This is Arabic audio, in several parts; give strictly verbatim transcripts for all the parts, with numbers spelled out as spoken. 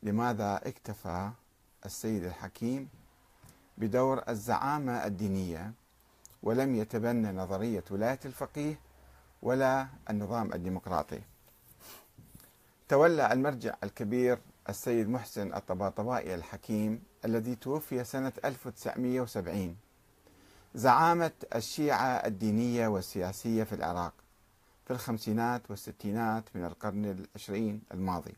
لماذا اكتفى السيد الحكيم بدور الزعامة الدينية ولم يتبنى نظرية ولاية الفقيه ولا النظام الديمقراطي؟ تولى المرجع الكبير السيد محسن الطباطبائي الحكيم الذي توفي سنة ألف وتسعمئة وسبعين زعامة الشيعة الدينية والسياسية في العراق في الخمسينات والستينات من القرن العشرين الماضي،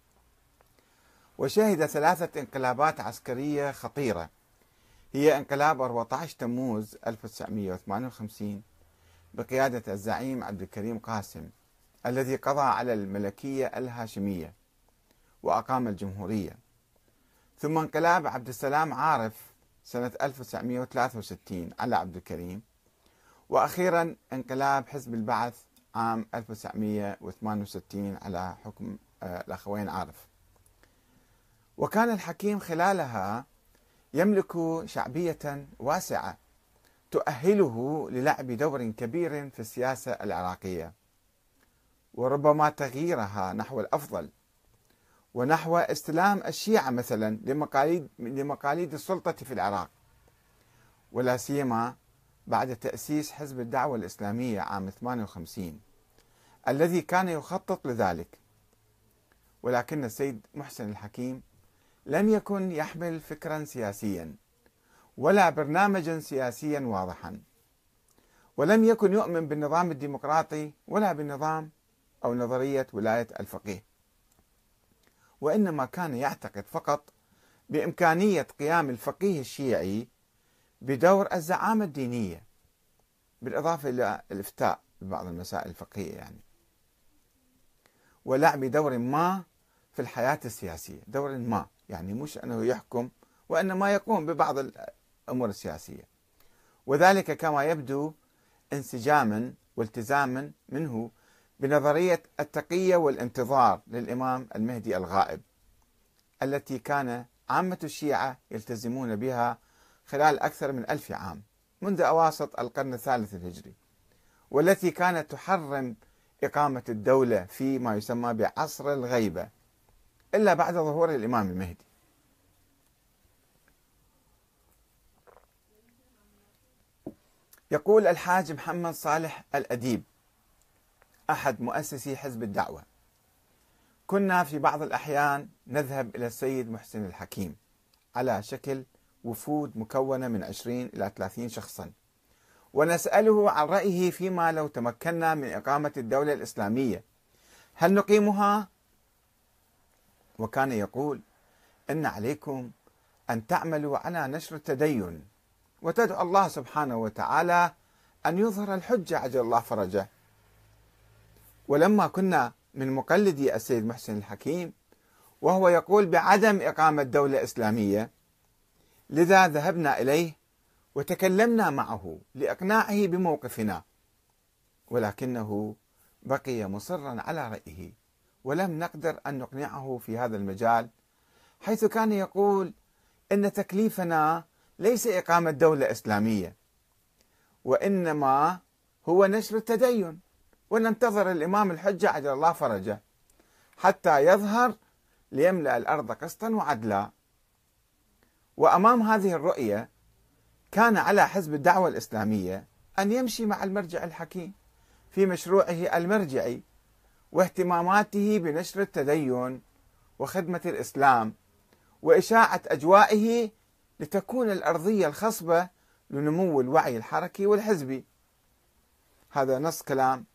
وشهد ثلاثة انقلابات عسكرية خطيرة، هي انقلاب أربعة عشر تموز ألف وتسعمئة وثمانية وخمسين بقيادة الزعيم عبد الكريم قاسم الذي قضى على الملكية الهاشمية وأقام الجمهورية، ثم انقلاب عبد السلام عارف سنة ألف وتسعمئة وثلاثة وستين على عبد الكريم، وأخيرا انقلاب حزب البعث عام ألف وتسعمئة وثمانية وستين على حكم الأخوين عارف. وكان الحكيم خلالها يملك شعبية واسعة تؤهله للعب دور كبير في السياسة العراقية، وربما تغييرها نحو الأفضل ونحو استلام الشيعة مثلا لمقاليد لمقاليد السلطة في العراق، ولا سيما بعد تأسيس حزب الدعوة الإسلامية عام ثمانية وخمسين الذي كان يخطط لذلك. ولكن السيد محسن الحكيم لم يكن يحمل فكرا سياسيا ولا برنامجا سياسيا واضحا، ولم يكن يؤمن بالنظام الديمقراطي ولا بالنظام أو نظرية ولاية الفقيه، وإنما كان يعتقد فقط بإمكانية قيام الفقيه الشيعي بدور الزعامة الدينية، بالإضافة إلى الإفتاء ببعض المسائل الفقهية يعني، ولعب دور ما في الحياة السياسية، دور ما يعني مش أنه يحكم وإنما يقوم ببعض الأمور السياسية، وذلك كما يبدو انسجاما والتزاما منه بنظرية التقية والانتظار للإمام المهدي الغائب التي كان عامة الشيعة يلتزمون بها خلال أكثر من ألف عام منذ أواسط القرن الثالث الهجري، والتي كانت تحرم إقامة الدولة في ما يسمى بعصر الغيبة إلا بعد ظهور الإمام المهدي. يقول الحاج محمد صالح الأديب أحد مؤسسي حزب الدعوة: كنا في بعض الأحيان نذهب إلى السيد محسن الحكيم على شكل وفود مكونة من عشرين إلى ثلاثين شخصا، ونسأله عن رأيه فيما لو تمكنا من إقامة الدولة الإسلامية هل نقيمها؟ وكان يقول: إن عليكم أن تعملوا على نشر التدين وتدعو الله سبحانه وتعالى أن يظهر الحجة عجل الله فرجه. ولما كنا من مقلدي السيد محسن الحكيم وهو يقول بعدم إقامة دولة إسلامية، لذا ذهبنا إليه وتكلمنا معه لإقناعه بموقفنا، ولكنه بقي مصرا على رأيه ولم نقدر أن نقنعه في هذا المجال، حيث كان يقول إن تكليفنا ليس إقامة دولة إسلامية وإنما هو نشر التدين، وننتظر الإمام الحجة عجل الله فرجه حتى يظهر ليملأ الأرض قسطا وعدلا. وأمام هذه الرؤية كان على حزب الدعوة الإسلامية أن يمشي مع المرجع الحكيم في مشروعه المرجعي واهتماماته بنشر التدين وخدمة الإسلام وإشاعة أجوائه لتكون الأرضية الخصبة لنمو الوعي الحركي والحزبي. هذا نص كلام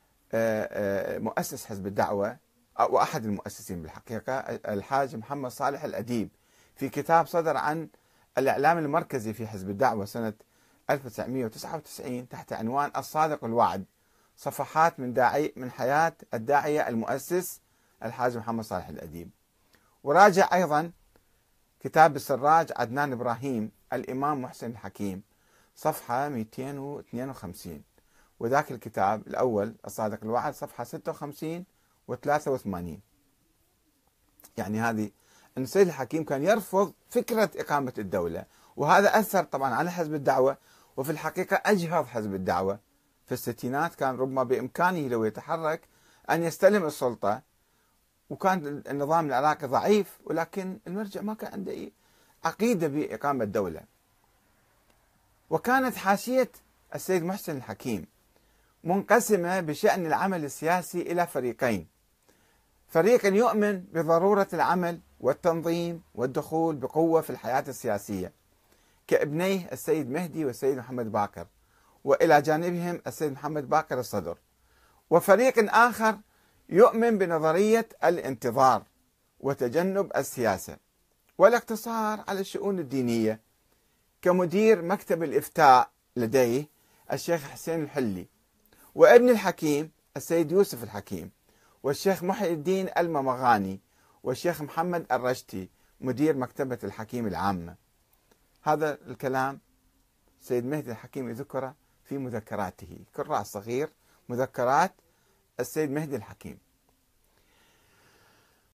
مؤسس حزب الدعوة أو أحد المؤسسين بالحقيقة الحاج محمد صالح الأديب في كتاب صدر عن الإعلام المركزي في حزب الدعوة سنة ألف وتسعمئة وتسعة وتسعين تحت عنوان الصادق الوعد، صفحات من داعي من حياة الداعية المؤسس الحاج محمد صالح الأديب. وراجع أيضا كتاب السراج عدنان إبراهيم الإمام محسن الحكيم صفحة مئتين واثنين وخمسين، وذاك الكتاب الأول الصادق الوعد صفحة ستة وخمسين وثلاثة وثمانين. يعني هذه أن السيد الحكيم كان يرفض فكرة إقامة الدولة، وهذا أثر طبعا على حزب الدعوة، وفي الحقيقة أجهض حزب الدعوة في الستينات. كان ربما بإمكانه لو يتحرك أن يستلم السلطة وكان النظام العراقي ضعيف، ولكن المرجع ما كان عنده عقيدة بإقامة دولة. وكانت حاشية السيد محسن الحكيم منقسمة بشأن العمل السياسي إلى فريقين: فريق يؤمن بضرورة العمل والتنظيم والدخول بقوة في الحياة السياسية كابنيه السيد مهدي والسيد محمد باقر، وإلى جانبهم السيد محمد باقر الصدر. وفريق آخر يؤمن بنظرية الانتظار وتجنب السياسة والاقتصار على الشؤون الدينية كمدير مكتب الإفتاء لديه الشيخ حسين الحلي، وابن الحكيم السيد يوسف الحكيم، والشيخ محي الدين الممغاني، والشيخ محمد الرشتي مدير مكتبة الحكيم العامة. هذا الكلام سيد مهدي الحكيم ذكر في مذكراته، كراس صغير، مذكرات السيد مهدي الحكيم.